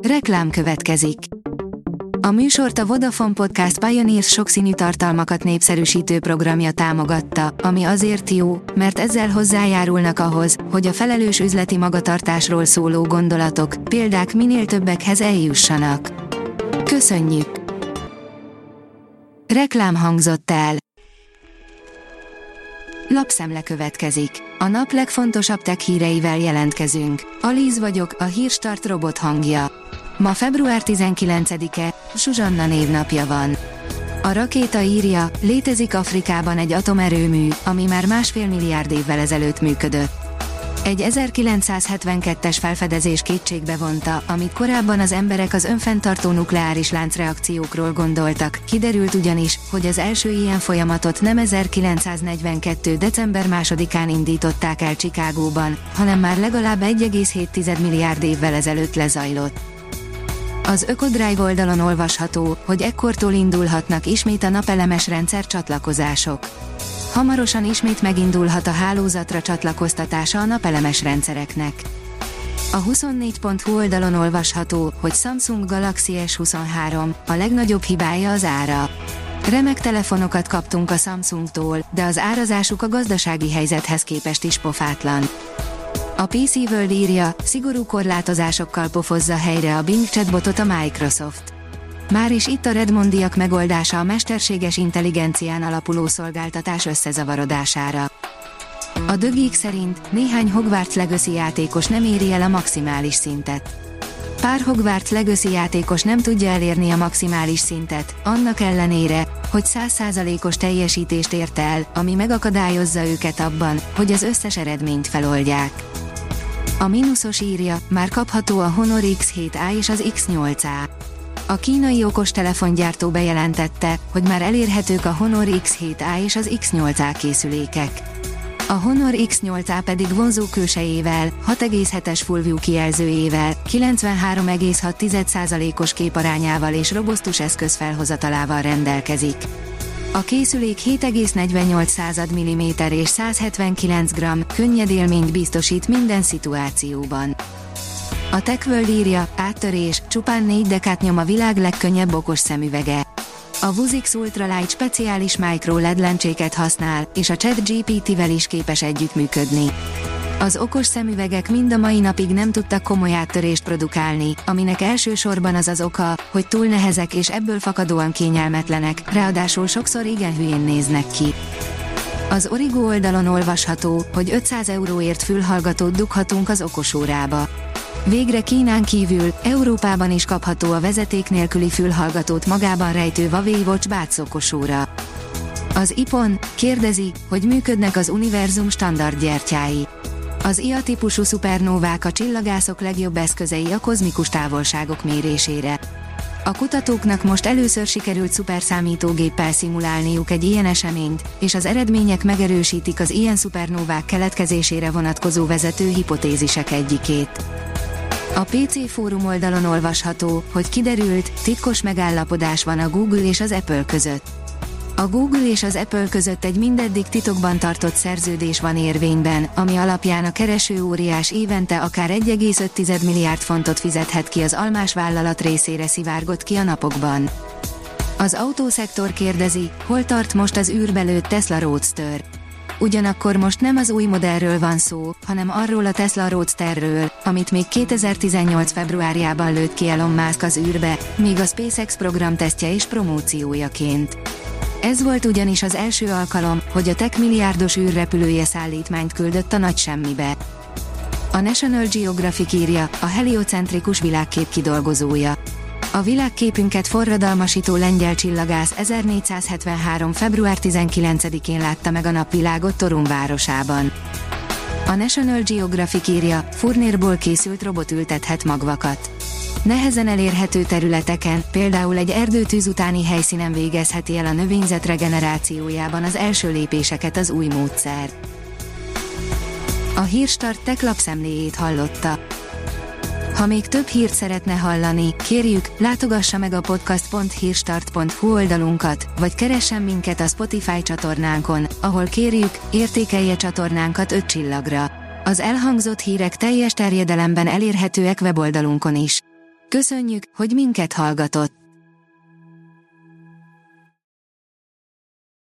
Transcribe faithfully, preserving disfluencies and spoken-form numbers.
Reklám következik. A műsort a Vodafone Podcast Pioneers sokszínű tartalmakat népszerűsítő programja támogatta, ami azért jó, mert ezzel hozzájárulnak ahhoz, hogy a felelős üzleti magatartásról szóló gondolatok, példák minél többekhez eljussanak. Köszönjük! Reklám hangzott el. Lapszemle következik. A nap legfontosabb tech híreivel jelentkezünk. Alíz vagyok, a Hírstart robot hangja. Ma február tizenkilencedike, Zsuzsanna névnapja van. A rakéta írja, létezik Afrikában egy atomerőmű, ami már másfél milliárd évvel ezelőtt működött. Egy ezerkilencszázhetvenkettes felfedezés kétségbe vonta, amit korábban az emberek az önfenntartó nukleáris láncreakciókról gondoltak, kiderült ugyanis, hogy az első ilyen folyamatot nem ezerkilencszáznegyvenkettő. december másodikán indították el Chicagóban, hanem már legalább egy egész hét milliárd évvel ezelőtt lezajlott. Az Ökodrive oldalon olvasható, hogy ekkortól indulhatnak ismét a napelemes rendszer csatlakozások. Hamarosan ismét megindulhat a hálózatra csatlakoztatása a napelemes rendszereknek. A huszonnégy pont hu oldalon olvasható, hogy Samsung Galaxy es huszonhárom, a legnagyobb hibája az ára. Remek telefonokat kaptunk a Samsungtól, de az árazásuk a gazdasági helyzethez képest is pofátlan. A pé cé World írja, szigorú korlátozásokkal pofozza helyre a Bing chatbotot a Microsoft. Már is itt a Redmondiak megoldása a mesterséges intelligencián alapuló szolgáltatás összezavarodására. A The Geek szerint néhány Hogwarts Legacy játékos nem éri el a maximális szintet. Pár Hogwarts Legacy játékos nem tudja elérni a maximális szintet, annak ellenére, hogy száz százalékos teljesítést ért el, ami megakadályozza őket abban, hogy az összes eredményt feloldják. A mínuszos írja, már kapható a Honor iksz hét á és az iksz nyolc á. A kínai okostelefongyártó bejelentette, hogy már elérhetők a Honor iksz hét á és az iksz nyolc á készülékek. A Honor iksz nyolc á pedig vonzó külsejével, hat egész hetes Full View kijelzőjével, kilencvenhárom egész hat százalékos képarányával és robosztus eszközfelhozatalával rendelkezik. A készülék hét egész negyvennyolc milliméter és száz hetvenkilenc gramm, könnyed élményt biztosít minden szituációban. A TechWorld írja, áttörés, csupán négy dekát nyom a világ legkönnyebb okos szemüvege. A Vuzix Ultralight speciális micro el é dé lencséket használ, és a ChatGPT-vel is képes együttműködni. Az okos szemüvegek mind a mai napig nem tudtak komoly áttörést produkálni, aminek elsősorban az az oka, hogy túl nehezek és ebből fakadóan kényelmetlenek, ráadásul sokszor igen hülyén néznek ki. Az Origo oldalon olvasható, hogy ötszáz euróért fülhallgatót dughatunk az okosórába. Végre Kínán kívül, Európában is kapható a vezeték nélküli fülhallgatót magában rejtő Huawei Watch Buds okosóra. Az i pé o en kérdezi, hogy működnek az univerzum standard gyertyái. Az i á típusú szupernóvák a csillagászok legjobb eszközei a kozmikus távolságok mérésére. A kutatóknak most először sikerült szuperszámítógéppel szimulálniuk egy ilyen eseményt, és az eredmények megerősítik az ilyen szupernóvák keletkezésére vonatkozó vezető hipotézisek egyikét. A pé cé fórum oldalon olvasható, hogy kiderült, titkos megállapodás van a Google és az Apple között. A Google és az Apple között egy mindeddig titokban tartott szerződés van érvényben, ami alapján a kereső óriás évente akár egy egész öt milliárd fontot fizethet ki az almás vállalat részére, szivárgott ki a napokban. Az autószektor kérdezi, hol tart most az űrbe lőtt Tesla Roadster. Ugyanakkor most nem az új modellről van szó, hanem arról a Tesla Roadsterről, amit még kétezer-tizennyolc februárjában lőtt ki Elon Musk az űrbe, még a SpaceX program tesztje és promóciójaként. Ez volt ugyanis az első alkalom, hogy a tech milliárdos űrrepülője szállítmányt küldött a nagy semmibe. A National Geographic írja, a heliocentrikus világkép kidolgozója. A világképünket forradalmasító lengyel csillagász ezernégyszázhetvenhárom február tizenkilencedikén látta meg a napvilágot Torun városában. A National Geographic írja, furnérból készült robot ültethet magvakat. Nehezen elérhető területeken, például egy erdőtűz utáni helyszínen végezheti el a növényzet regenerációjában az első lépéseket az új módszer. A Hírstart Tech lapszemléjét hallotta. Ha még több hírt szeretne hallani, kérjük, látogassa meg a podcast pont hírstart pont hu oldalunkat, vagy keressen minket a Spotify csatornánkon, ahol kérjük, értékelje csatornánkat öt csillagra. Az elhangzott hírek teljes terjedelemben elérhetőek weboldalunkon is. Köszönjük, hogy minket hallgatott!